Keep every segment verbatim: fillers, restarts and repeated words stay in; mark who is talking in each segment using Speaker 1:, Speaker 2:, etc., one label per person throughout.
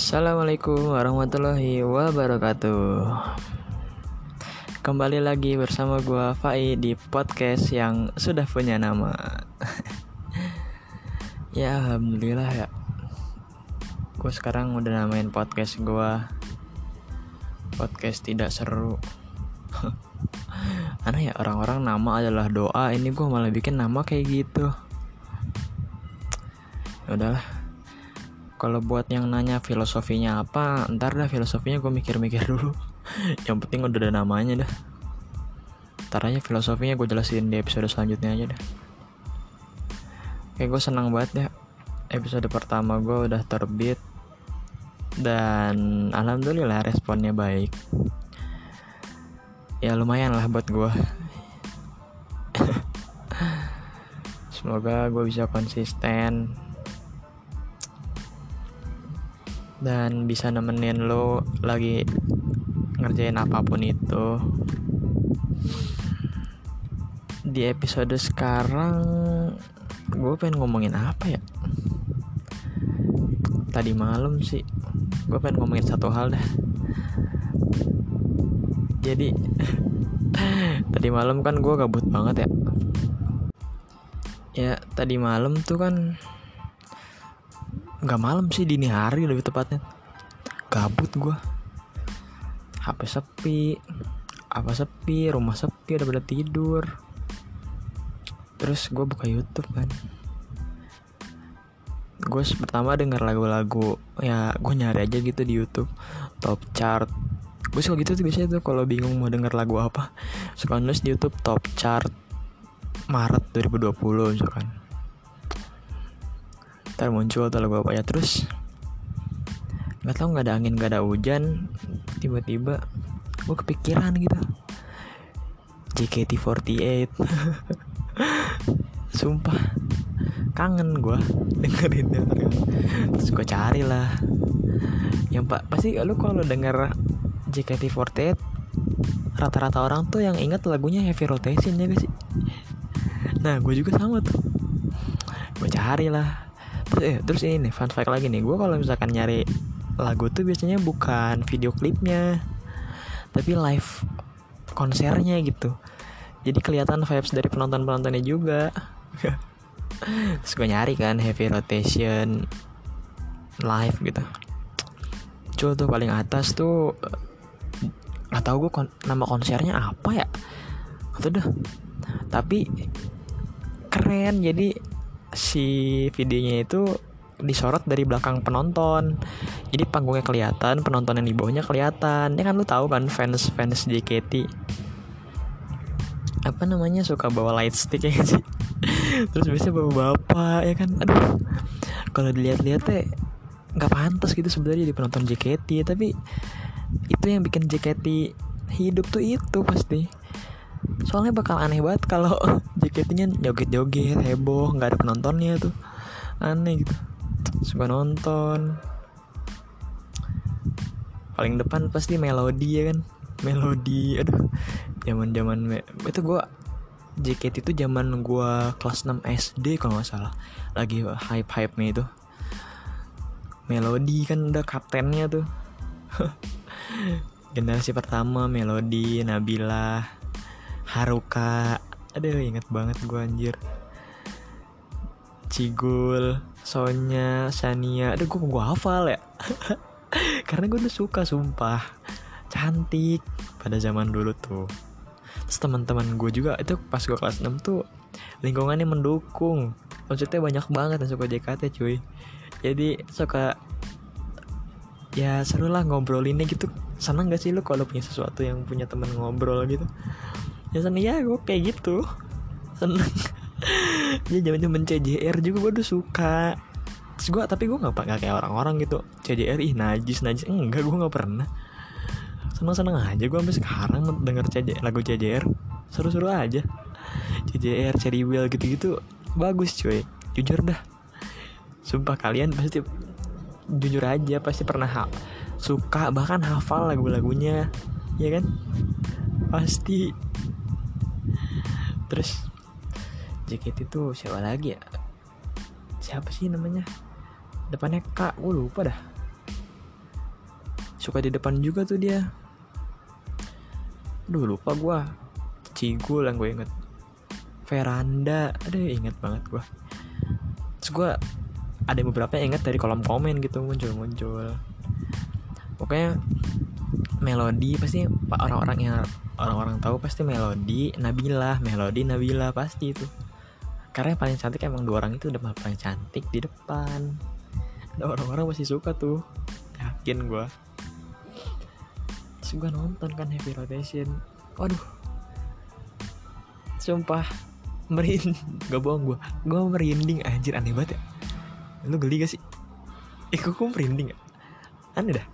Speaker 1: Assalamualaikum warahmatullahi wabarakatuh. Kembali lagi bersama gua Fai di podcast yang sudah punya nama. Ya alhamdulillah ya. Gue sekarang udah namain podcast gua podcast tidak seru. Aneh ya, orang-orang nama adalah doa, ini gue malah bikin nama kayak gitu. Ya udahlah. Kalau buat yang nanya filosofinya apa, ntar dah filosofinya gue mikir-mikir dulu. Yang penting udah ada namanya dah. Ntar aja filosofinya gue jelasin di episode selanjutnya aja dah. Kayak gue senang banget ya, episode pertama gue udah terbit. Dan alhamdulillah responnya baik. Ya lumayan lah buat gue. Semoga gue bisa konsisten dan bisa nemenin lo lagi ngerjain apapun itu. Di episode sekarang gue pengen ngomongin apa ya? Tadi malam sih gue pengen ngomongin satu hal dah. Jadi tadi malam kan gue gabut banget ya. Ya tadi malam tuh kan Gak malam sih, dini hari lebih tepatnya. Gabut gue. H P sepi, apa sepi, rumah sepi, udah pada tidur. Terus gue buka YouTube kan. Gue pertama denger lagu-lagu, ya gue nyari aja gitu di YouTube top chart. Gue suka gitu tuh biasanya tuh kalau bingung mau denger lagu apa, suka nulis di YouTube top chart Maret dua ribu dua puluh misalkan. Ntar muncul tuh lagu apa ya. Terus gak tau, gak ada angin, gak ada hujan, tiba-tiba gue kepikiran gitu J K T empat delapan. Sumpah kangen gue dengerinnya. Terus gue cari lah yang pak pasti lu kalau denger J K T empat delapan, rata-rata orang tuh yang ingat lagunya Heavy Rotation, ya gak sih? Nah gue juga sama tuh. Gue cari lah. Terus, eh, terus ini nih fun fact lagi nih, gue kalau misalkan nyari lagu tuh biasanya bukan video klipnya, tapi live konsernya gitu. Jadi kelihatan vibes dari penonton-penontonnya juga. Terus gue nyari kan Heavy Rotation live gitu. Muncul tuh paling atas tuh, nggak tahu gue kon- nama konsernya apa ya, atau dah. Tapi keren, jadi si videonya itu disorot dari belakang penonton. Jadi panggungnya kelihatan, penonton yang di bawahnya kelihatan. Ya kan lu tahu kan fans fans J K T apa namanya suka bawa light stick ya sih. Terus biasanya bawa bapak ya kan. Aduh, kalau dilihat-lihat teh nggak pantas gitu sebenarnya di penonton J K T. Tapi itu yang bikin J K T hidup tuh itu pasti. Soalnya bakal aneh banget kalau J K T-nya joget-joget heboh, nggak ada penontonnya tuh, aneh gitu. Suka nonton. Paling depan pasti melodi ya kan, melodi. Aduh, zaman-zaman me- itu gue J K T itu zaman gue kelas enam S D kalau nggak salah, lagi hype-hype-nya itu. Melodi kan udah kaptennya tuh. Generasi pertama Melodi, Nabila, Haruka. Aduh inget banget gue anjir. Cigul, Sonya, Shania. Aduh gue gue hafal ya. Karena gue udah suka, sumpah. Cantik pada zaman dulu tuh. Terus teman-teman gue juga itu pas gue kelas enam tuh lingkungannya mendukung. Maksudnya banyak banget yang suka J K T cuy. Jadi suka, ya seru lah ngobrolinnya gitu. Senang gak sih lu kalau punya sesuatu yang punya teman ngobrol gitu? Ya seneng ya, gue kayak gitu seneng. Ya zaman-zaman C J R juga gue udah suka. Terus gue, tapi gue nggak nggak kayak orang-orang gitu C J R ih najis najis, enggak, gue nggak pernah. Seneng-seneng aja gue sampai sekarang denger C J, lagu C J R seru-seru aja. C J R, Cherry Bell gitu-gitu bagus cuy, jujur dah. Sumpah kalian pasti, jujur aja pasti pernah ha- suka bahkan hafal lagu-lagunya, ya kan? Pasti. Terus J K T tuh siapa lagi ya? Siapa sih namanya? Depannya K, gue lupa dah. suka di depan juga tuh dia. Aduh lupa gue. Cigul yang gue inget. Veranda, aduh inget banget gue. Terus gue ada beberapa yang inget dari kolom komen gitu, muncul-muncul. Pokoknya Melody pasti orang-orang yang orang-orang tahu pasti Melody, Nabila, Melody, Nabila pasti itu. Karena yang paling cantik emang dua orang itu udah paling cantik di depan. Ada orang-orang masih suka tuh, yakin gue. Terus gue nonton kan Heavy Rotation, waduh, sumpah merinding, gak bohong gue, gue merinding anjir, aneh banget ya. Lu geli gak sih? Eh kok gue merinding ya? Aneh dah.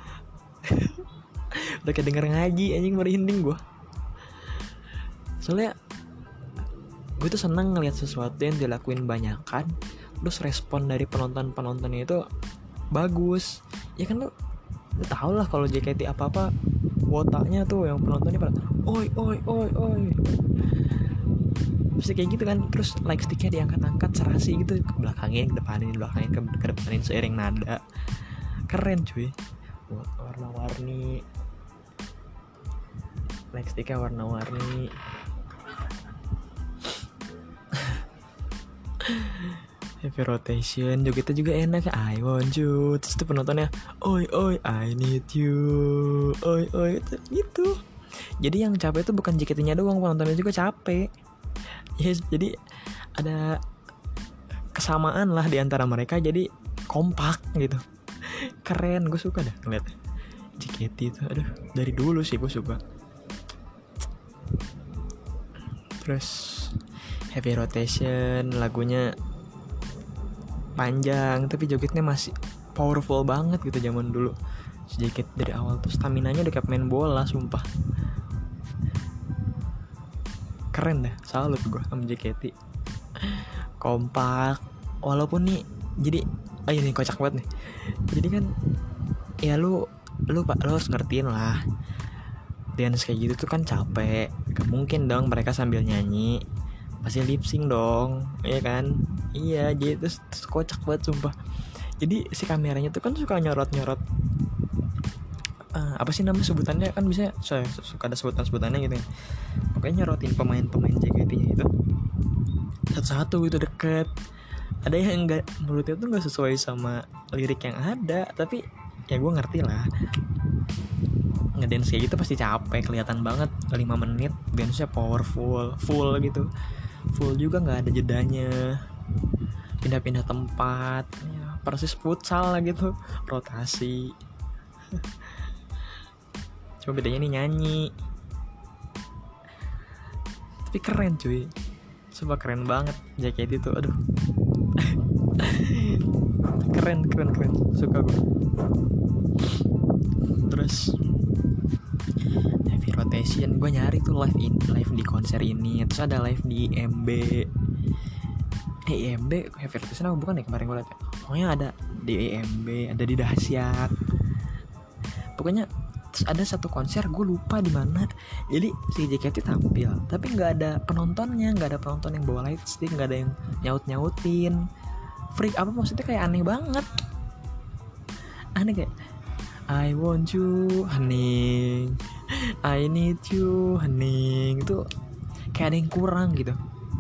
Speaker 1: Udah kayak denger ngaji anjing, merinding gue. Soalnya gue tuh seneng ngeliat sesuatu yang dilakuin banyakan, terus respon dari penonton-penontonnya itu bagus. Ya kan lu, lu tau lah kalau J K T apa-apa wotanya tuh yang penontonnya pada oi oi oi oi, pasti kayak gitu kan. Terus like sticknya diangkat-angkat serasi gitu, ke belakangin, ke depanin, belakangin, ke, ke depanin seiring nada. Keren cuy, warna-warni, like sticknya warna-warni. Heavy Rotation jogetnya juga enak, I want you. Terus tuh penontonnya oi oi I need you, oi oi gitu. Jadi yang capek itu bukan J K T-nya doang, penontonnya juga capek. Yes, jadi ada kesamaan lah di antara mereka, jadi kompak gitu. Keren, gue suka dah ngeliat J K T itu. Aduh, dari dulu sih gue suka. Terus Heavy Rotation lagunya panjang tapi jogetnya masih powerful banget gitu zaman dulu. Sedikit dari awal tuh staminanya udah kayak main bola, sumpah. Keren dah, salut gue sama J K T. Kompak, walaupun nih jadi ah ini kocak banget nih. Jadi kan ya lu lu pak lu harus ngertiin lah, dance kayak gitu tuh kan capek. Gak mungkin dong mereka sambil nyanyi, pasti lip sync dong, iya kan? Iya, jadi terus, terus kocak banget sumpah. Jadi si kameranya tuh kan suka nyorot-nyorot uh, apa sih namanya sebutannya kan, bisa saya suka ada sebutan-sebutannya gitu ya. Pokoknya nyorotin pemain-pemain J K T-nya itu satu-satu gitu deket. Ada yang enggak, menurutnya tuh nggak sesuai sama lirik yang ada, tapi ya gue ngerti lah. Ngedance kayak gitu pasti capek, kelihatan banget lima menit dance-nya powerful, full gitu. Full juga nggak ada jedanya, pindah-pindah tempat ya, persis futsal lah gitu, rotasi. Cuma bedanya nih nyanyi. Tapi keren cuy, sumpah keren banget J K T itu, aduh. keren keren keren suka gue. Terus Heavy Rotation gue nyari tuh live in live di konser ini, terus ada live di I M B. Eh I M B Heavy Rotation apa bukan ya kemarin gue liat ya? Pokoknya ada di I M B, ada di Dahsyat. Pokoknya terus ada satu konser gue lupa di mana. Jadi si J K T tampil tapi nggak ada penontonnya, nggak ada penonton yang bawa light stick, nggak ada yang nyaut nyautin. Freak apa maksudnya, kayak aneh banget. Aneh kayak I want you hening, I need you hening, itu kayak ada yang kurang gitu.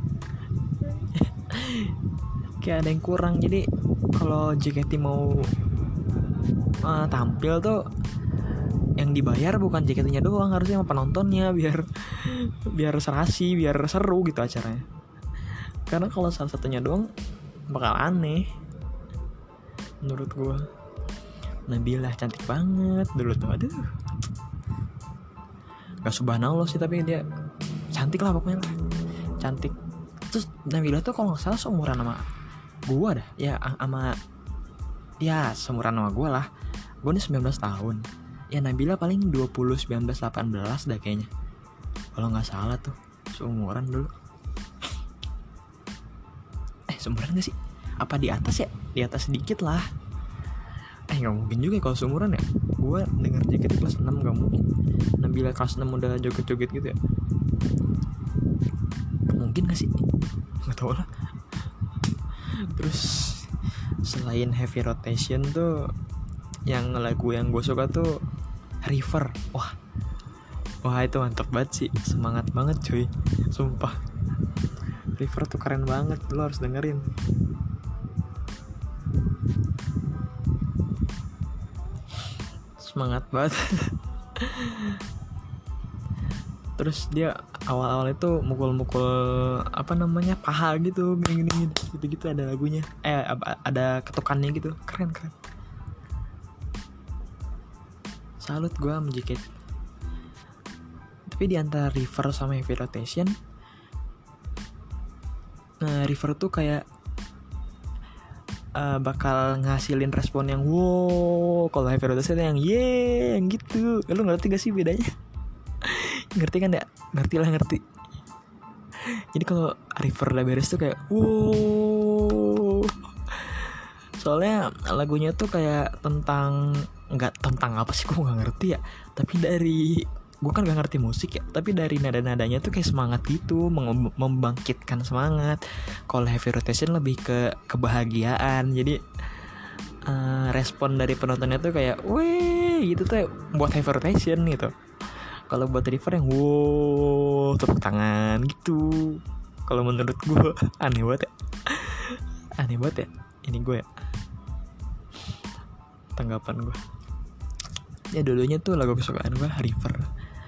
Speaker 1: Kayak ada yang kurang. Jadi kalau J K T mau uh, tampil tuh yang dibayar bukan J K T-nya doang, harusnya sama penontonnya, biar biar serasi, biar seru gitu acaranya. Karena kalau salah satunya doang bakal aneh menurut gue. Nabila cantik banget dulu tuh, aduh. Gak subhanallah sih, tapi dia cantik lah pokoknya lah. Cantik. Terus Nabila tuh kalau gak salah seumuran sama gue dah. Ya sama ya seumuran sama gue lah. Gue nih sembilan belas tahun. Ya Nabila paling dua puluh, sembilan belas, delapan belas dah kayaknya, kalau gak salah tuh. Seumuran dulu. Eh seumuran gak sih? Apa di atas ya? Di atas sedikit lah. Eh gak mungkin juga kalau seumuran ya. Gue denger J K T kelas enam gak mungkin. Nabila kelas enam udah joget-joget gitu ya. Mungkin gak sih? Gak tau lah. Terus selain Heavy Rotation tuh yang lagu yang gue suka tuh River. Wah wah itu mantap banget sih, semangat banget cuy, sumpah. River tuh keren banget, lo harus dengerin. Semangat banget. Terus dia awal-awal itu mukul-mukul apa namanya paha gitu, gini-gini gitu-gitu, ada lagunya, eh ada ketukannya gitu, keren keren. Salut gue sama J K T. Tapi di antara River sama Heavy Rotation, nah River tuh kayak uh, bakal ngasilin respon yang wow, kalau Heavy Rotation yang ye, yang gitu. Lu ngerti gak sih bedanya? Ngerti kan ya? Ngerti lah ngerti. Jadi kalau River udah beres tuh kayak wow. Soalnya lagunya tuh kayak tentang, nggak tentang apa sih, gue nggak ngerti ya. Tapi dari gue kan nggak ngerti musik ya. Tapi dari nada-nadanya tuh kayak semangat gitu, mem- membangkitkan semangat. Kalau Heavy Rotation lebih ke kebahagiaan. Jadi uh, respon dari penontonnya tuh kayak weh gitu tuh buat Heavy Rotation gitu. Kalau buat River yang wow, tepuk tangan gitu. Kalau menurut gue aneh banget ya. Aneh banget ya. Ini gue ya, tanggapan gue. Ya dulunya tuh lagu kesukaan gue River.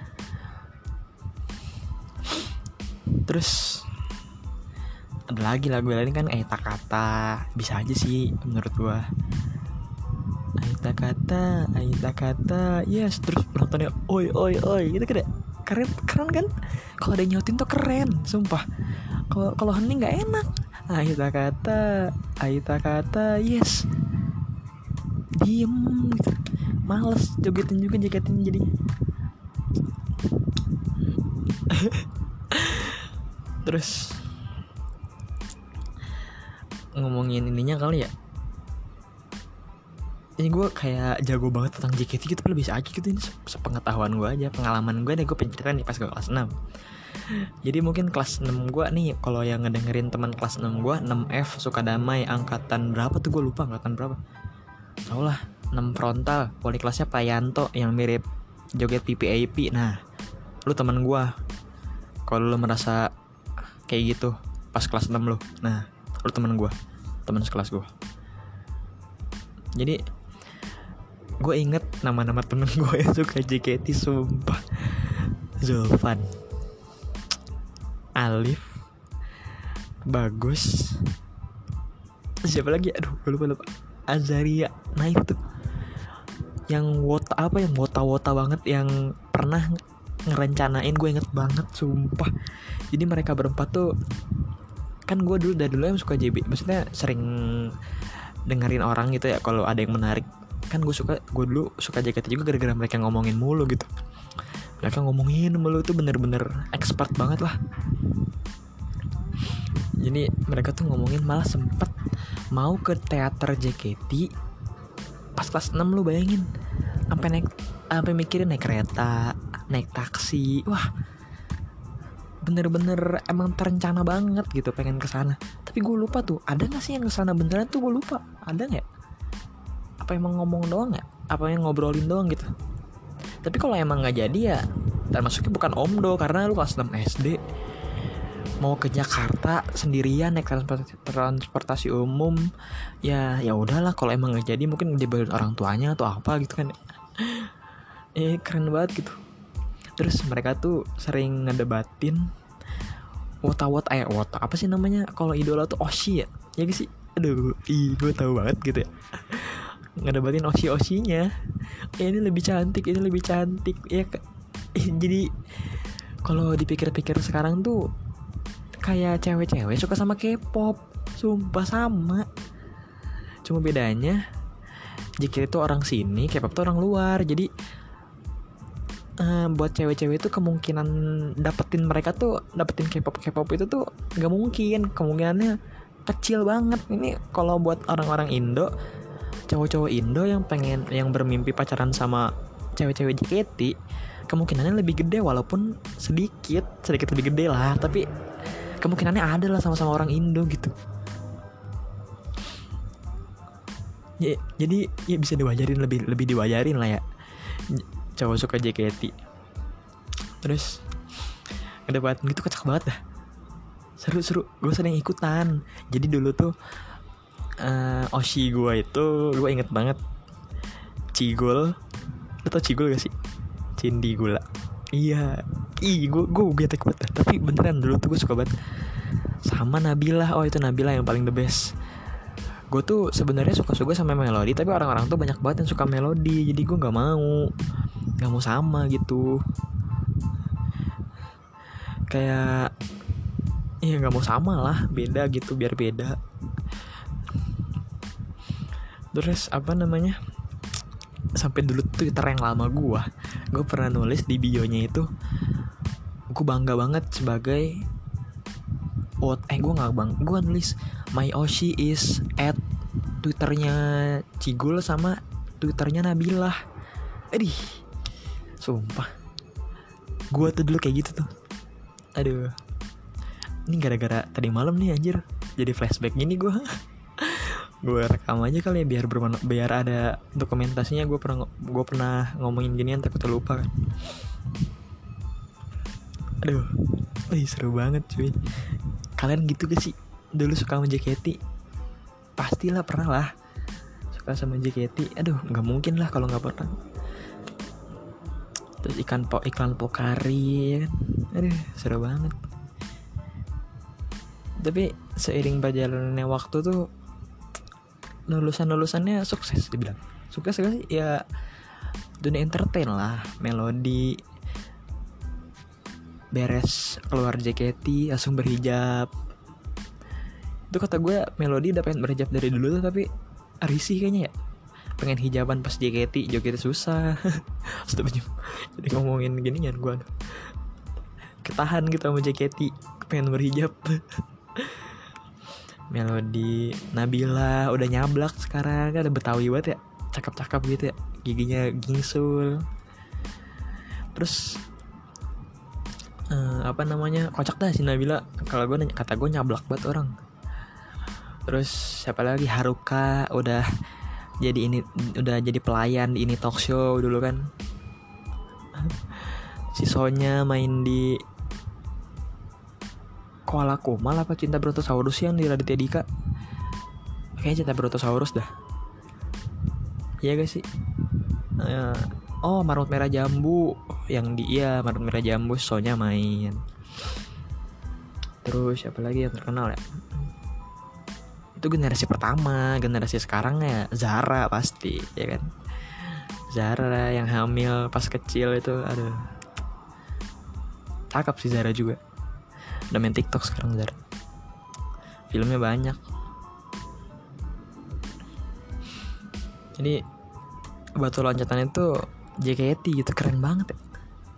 Speaker 1: Terus ada lagi lagu lain kan, Aita Kata. Bisa aja sih menurut gue. Aita Kata, Aita Kata, yes. Terus penontonnya oi oi oi gitu kan ya. Keren, keren kan? Kalau ada nyautin tuh keren, sumpah. Kalau kalau hening nggak enak. Aita Kata, Aita Kata, yes. Diem gitu. Males jogetin juga, jogetin jadi. Terus ngomongin ininya kali ya. Ini gue kayak jago banget tentang J K T gitu, tapi lebih aja gitu. Ini sepengetahuan gue aja, pengalaman gue nih, gue pengen cerita nih pas gue kelas enam. Jadi mungkin kelas enam gue nih, kalau yang ngedengerin teman kelas enam gue, enam F Sukadamai, angkatan berapa tuh gue lupa, angkatan berapa. Tau lah, enam frontal, wali kelasnya Pak Yanto yang mirip joget P P A P. Nah, lu teman gue. Kalau lu merasa kayak gitu pas kelas enam lu, nah lu teman gue, teman sekelas gue. Jadi gue inget nama-nama temen gue yang suka J K T, sumpah. Zulfan, Alif, Bagus, siapa lagi? Aduh, gue lupa lupa. Azaria. Nah itu yang wota apa, yang wota-wota banget, yang pernah ngerencanain, gue inget banget, sumpah. Jadi mereka berempat tuh, kan gue dulu dari dulu yang suka J B, maksudnya sering dengerin orang gitu ya kalau ada yang menarik. Kan gue suka, gue dulu suka J K T juga gara-gara mereka ngomongin mulu gitu. Mereka ngomongin mulu tuh bener-bener expert banget lah. Jadi mereka tuh ngomongin, malah sempet mau ke teater J K T pas kelas enam. Lu bayangin, sampai naik, sampai mikirin naik kereta, naik taksi. Wah, bener-bener emang terencana banget gitu pengen kesana. Tapi gue lupa tuh, ada nggak sih yang kesana beneran tuh, gue lupa. Ada nggak? Apa emang ngomong doang ya? Apa yang ngobrolin doang gitu? Tapi kalau emang nggak jadi ya, termasuknya bukan omdo, karena lu kelas enam S D mau ke Jakarta sendirian naik transportasi, transportasi umum, ya ya udahlah. Kalau emang nggak jadi mungkin dibawain orang tuanya atau apa gitu kan. Eh keren banget gitu. Terus mereka tuh sering ngedebatin wota-wota, eh wota apa sih namanya kalau idola tuh, Oshi ya, ya gak sih? Aduh, ih gue tahu banget gitu ya. Ngedebatin Oshi-Oshinya, ya ini lebih cantik, ini lebih cantik ya. Jadi kalau dipikir-pikir sekarang tuh kayak cewek-cewek suka sama K-pop, sumpah sama. Cuma bedanya J K T itu orang sini, K-pop tuh orang luar. Jadi uh, buat cewek-cewek itu kemungkinan dapetin mereka tuh, dapetin K-pop K-pop itu tuh nggak mungkin, kemungkinannya kecil banget. Ini kalau buat orang-orang Indo, cowok-cowok Indo yang pengen, yang bermimpi pacaran sama cewek-cewek J K T, kemungkinannya lebih gede, walaupun sedikit sedikit lebih gede lah, tapi kemungkinannya ada lah sama-sama orang Indo gitu. ya, jadi ya bisa diwajarin, lebih lebih diwajarin lah ya cowok suka J K T. Terus ngedebatin gitu kocak banget dah, seru-seru, gue sering ikutan. Jadi dulu tuh uh, Oshi gue itu, gue inget banget Cigol. Lo tau Cigol gak sih? Cindi gula. Iya, ih gue gue bete banget. Tapi beneran dulu tuh gue suka banget sama Nabila. Oh itu Nabila yang paling the best. Gue tuh sebenarnya suka-suka sama melodi, tapi orang-orang tuh banyak banget yang suka melodi. Jadi gue nggak mau, nggak mau sama gitu. Kayak ya nggak mau sama lah, beda gitu, biar beda. Terus apa namanya? Sampai dulu Twitter yang lama gue, gue pernah nulis di bio-nya itu, gue bangga banget sebagai oh, eh gue nggak bang, gue nulis my Oshi is at Twitternya Cigul sama Twitternya Nabilah. Aduh, sumpah, gue tuh dulu kayak gitu tuh. Aduh, ini gara-gara tadi malam nih anjir, jadi flashback gini gue. Gue rekam aja kali ya biar bermana, biar ada dokumentasinya. Gue pernah gue pernah ngomongin ginian tapi terlupa kan. Aduh, wih, seru banget cuy. Kalian gitu gak sih? Dulu suka sama J K T? Pastilah pernah lah suka sama J K T. Aduh, nggak mungkin lah kalau nggak pernah. Terus ikan po iklan Pokari kan. Aduh, seru banget. Tapi seiring berjalannya waktu tuh lulusan-lulusannya sukses dibilang. Sukses gak sih? Ya dunia entertain lah. Melodi beres keluar J K T langsung berhijab. Itu kata gue Melodi udah pengen berhijab dari dulu tuh, tapi risih kayaknya ya. Pengen hijaban pas J K T, jogetnya susah. Jadi ngomongin gini kan gue ketahan gitu sama J K T, pengen berhijab. Melodi, Nabila udah nyablak sekarang kan, ada Betawi banget ya, cakep-cakep gitu ya, giginya gingsul. Terus uh, apa namanya, kocak dah si Nabila. Kalau gue kata gue nyablak banget orang. Terus siapa lagi, Haruka udah jadi ini, udah jadi pelayan di ini talk show dulu kan. Si Sonya main di Koala Komal apa Cinta Brontosaurus yang di Raditya Dika. Kayaknya Cinta Brontosaurus dah. Iya gak sih? Uh, oh Marmut Merah Jambu yang di, iya Marmut Merah Jambu Sonya main. Terus siapa lagi yang terkenal ya? Itu generasi pertama. Generasi sekarang ya Zara pasti, ya kan? Zara yang hamil pas kecil itu, aduh, cakep sih Zara juga. Udah main TikTok sekarang Zara. Filmnya banyak. Jadi batu loncatan itu J K T gitu, keren banget ya.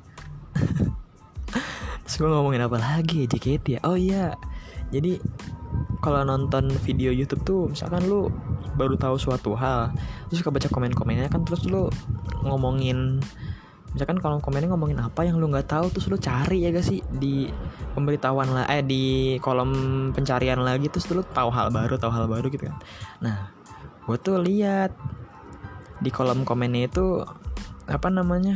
Speaker 1: Terus gue ngomongin apa lagi ya J K T ya? Oh iya, jadi kalau nonton video YouTube tuh, misalkan lu baru tahu suatu hal, terus suka baca komen-komennya kan, terus lu ngomongin, misalkan kalau komennya ngomongin apa yang lu nggak tahu, terus lu cari ya gak sih di pemberitahuan lah, eh di kolom pencarian lagi, terus lu tahu hal baru, tahu hal baru gitu kan. Nah, gue tuh lihat di kolom komennya itu apa namanya,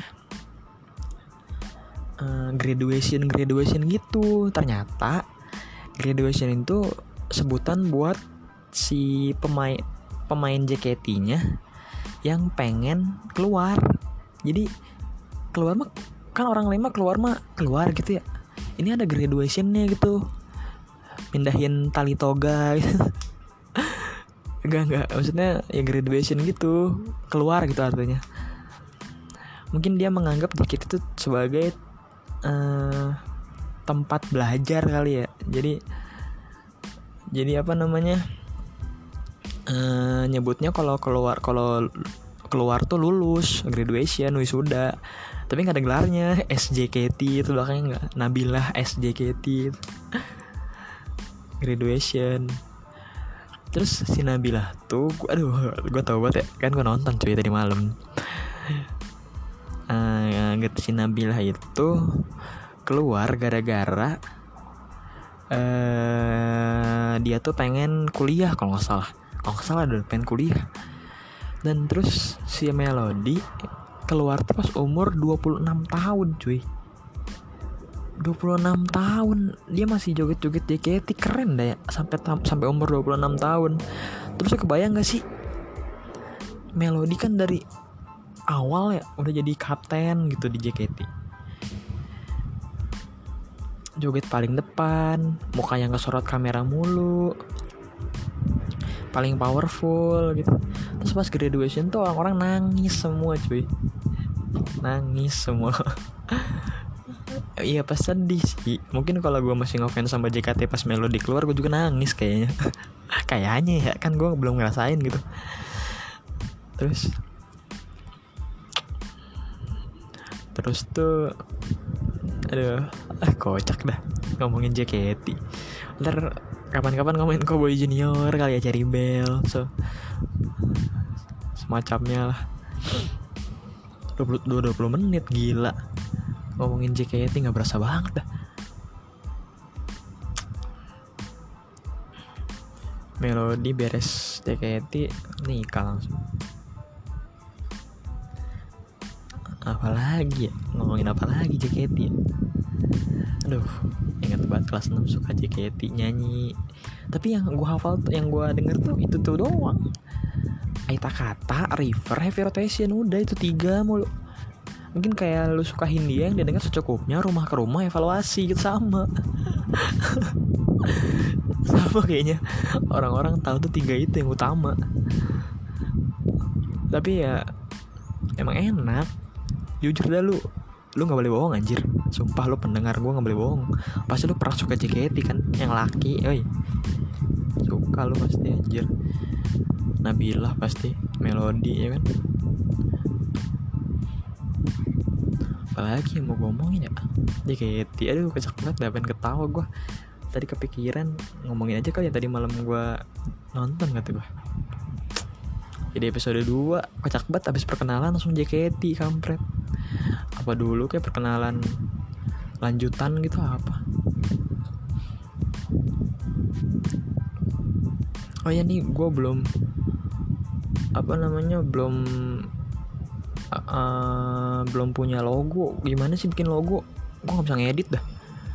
Speaker 1: uh, graduation graduation gitu. Ternyata graduation itu sebutan buat si pemain pemain J K T-nya yang pengen keluar. Jadi keluar mah kan orang lain mah keluar mah keluar gitu ya. Ini ada graduation-nya gitu. Pindahin tali toga gitu. Enggak enggak, maksudnya ya graduation gitu, keluar gitu artinya. Mungkin dia menganggap J K T itu sebagai uh, tempat belajar kali ya. Jadi jadi apa namanya, uh, nyebutnya kalau keluar kalau keluar tuh lulus, graduation, wisuda. Tapi nggak ada gelarnya, S J K T itu belakangnya nggak, Nabilah S J K T graduation. Terus si Nabilah tuh, gua, aduh, gue tau banget ya, kan gue nonton cuy tadi malam. Uh, gitu, si Nabilah itu keluar gara-gara uh, dia tuh pengen kuliah kalau nggak salah, kalau nggak salah udah pengen kuliah. Dan terus si Melody keluar tuh pas umur dua puluh enam tahun cuy. dua puluh enam tahun dia masih joget-joget J K T, keren dah ya, sampai tam- sampai umur dua puluh enam tahun. Terus kebayang gak sih, Melody kan dari awal ya udah jadi kapten gitu di J K T, joget paling depan, mukanya ngesorot kamera mulu, paling powerful gitu. Terus pas graduation tuh orang-orang nangis semua cuy, nangis semua. Iya pas sedih sih. Mungkin kalau gue masih ngefans sama J K T pas Melody keluar, gue juga nangis kayaknya. Kayaknya ya, kan gue belum ngerasain gitu. Terus Terus tuh aduh, ah, kocak dah ngomongin J K T. Ntar kapan-kapan ngomongin Cowboy Junior kali ya, Cherry Bell, so semacamnya lah. dua puluh menit gila ngomongin J K T, nggak berasa banget dah. Melody beres J K T nikah langsung. Apalagi ya, ngomongin apa lagi J K T ya? Aduh, ingat banget kelas enam suka J K T nyanyi. Tapi yang gue hafal, yang gue denger tuh itu tuh doang. Aita Kata, River, Heavy Rotation, udah itu tiga mulu. Mungkin kayak lu suka Hindia yang dia denger secukupnya, Rumah ke Rumah, Evaluasi gitu, sama. Sama kayaknya orang-orang tahu tuh tiga itu yang utama. Tapi ya emang enak. Jujur dah lu, lu nggak boleh bohong anjir. Sumpah lu pendengar gue nggak boleh bohong. Pasti lu pernah suka J K T kan, yang laki, oi. Suka lu pasti anjir. Nabila pasti, Melody ya kan. Apalagi yang mau gue ngomongin ya, J K T, aduh kocak banget, dah pengen ketawa gue. Tadi kepikiran ngomongin aja kali ya, tadi malam gue nonton kata gue. Jadi episode dua kocak banget, abis perkenalan langsung J K T, kampret. Apa dulu kayak perkenalan lanjutan gitu apa. Oh ya nih, gue belum apa namanya belum uh, belum punya logo. Gimana sih bikin logo? Gue nggak bisa ngedit dah.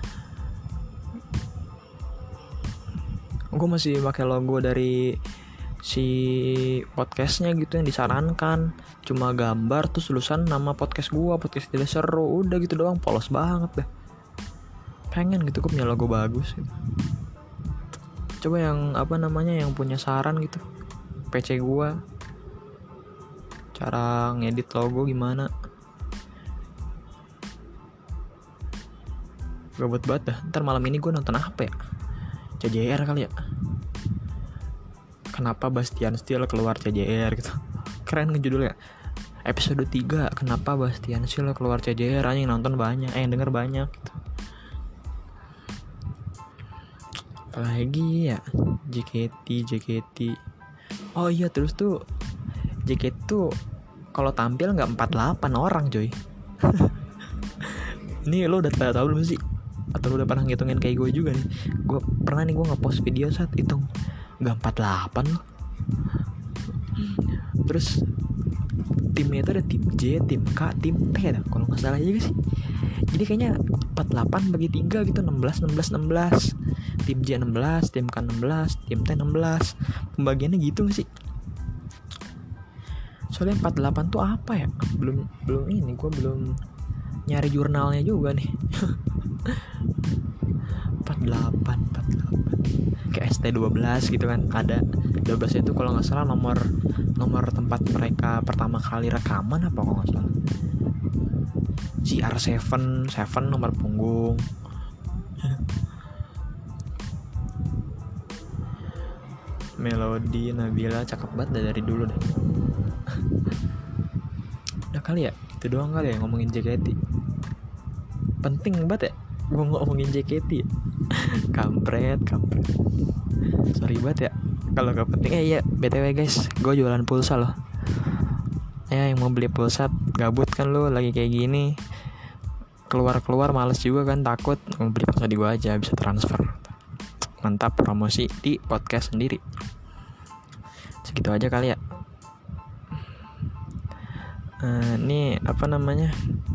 Speaker 1: Gue masih pakai logo dari si podcastnya gitu, yang disarankan cuma gambar terus tulisan nama podcast gue, podcast tidak seru, udah gitu doang, polos banget dah. Pengen gitu gue punya logo bagus gitu. Coba yang apa namanya yang punya saran gitu, P C gue cara ngedit logo gimana. Gabut banget dah. Ntar malam ini gue nonton apa ya, C J R kali ya. Kenapa Bastian Steel keluar C J R gitu. Keren ngejudulnya. Episode tiga, kenapa Bastian Steel keluar C J R, anjing nonton banyak, eh yang denger banyak gitu. Apalagi ya, J K T, J K T. Oh iya, terus tuh J K T tuh kalau tampil nggak empat puluh delapan orang coy. Ini lo udah tahu belum sih? Atau lo udah pernah ngitungin kayak gue juga nih? Gue pernah nih, gue nge-post video saat hitung nggak empat puluh delapan loh. Terus timnya itu ada tim J, tim K, tim T dah, kalau nggak salah juga sih. Jadi kayaknya empat puluh delapan bagi tiga gitu, enam belas, enam belas, enam belas. Tim J enam belas, tim K enam belas, tim T enam belas. Pembagiannya gitu gak sih? Soalnya empat puluh delapan tuh apa ya? Belum belum ini, gue belum nyari jurnalnya juga nih. empat puluh delapan, empat puluh delapan. Kayak S T dua belas gitu kan. Ada dua belas itu kalau enggak salah nomor nomor tempat mereka pertama kali rekaman apa kalau enggak salah. C R tujuh, tujuh nomor punggung. Melody, Nabila cakep banget dari dulu deh. Udah kali ya, itu doang kali ya ngomongin J K T. Penting banget ya gue ngomongin J K T ya. Kampret, kampret. Sorry banget ya kalau gak penting. Eh iya, B T W guys, gue jualan pulsa loh. Ya yang mau beli pulsa, gabut kan lo lagi kayak gini, keluar-keluar males juga kan, takut, beli pulsa di gue aja, bisa transfer. Mantap, promosi di podcast sendiri. Segitu aja kali ya. uh, Ini apa namanya,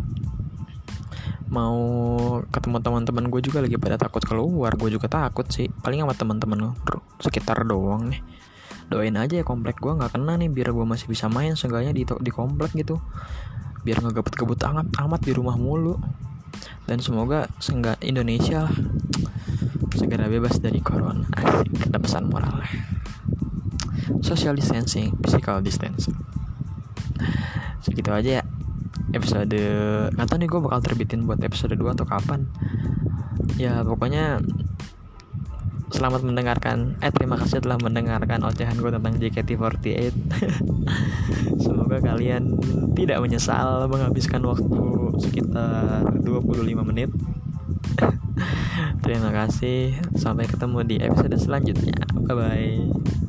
Speaker 1: mau ketemu teman-teman gue juga lagi pada takut keluar. Gue juga takut sih, paling sama teman-teman sekitar doang nih. Doain aja ya komplek gue nggak kena nih, biar gue masih bisa main seenggaknya di di komplek gitu, biar nggak gabut-gabut amat amat di rumah mulu. Dan semoga seenggak Indonesia lah segera bebas dari corona. Asik, ada pesan moral. Social distancing, physical distancing. Segitu aja ya episode. Nggak tahu nih gue bakal terbitin buat episode dua atau kapan. Ya pokoknya selamat mendengarkan. Eh terima kasih telah mendengarkan ocehan gue tentang J K T empat delapan. Semoga kalian tidak menyesal menghabiskan waktu sekitar dua puluh lima menit. Terima kasih. Sampai ketemu di episode selanjutnya. Bye bye.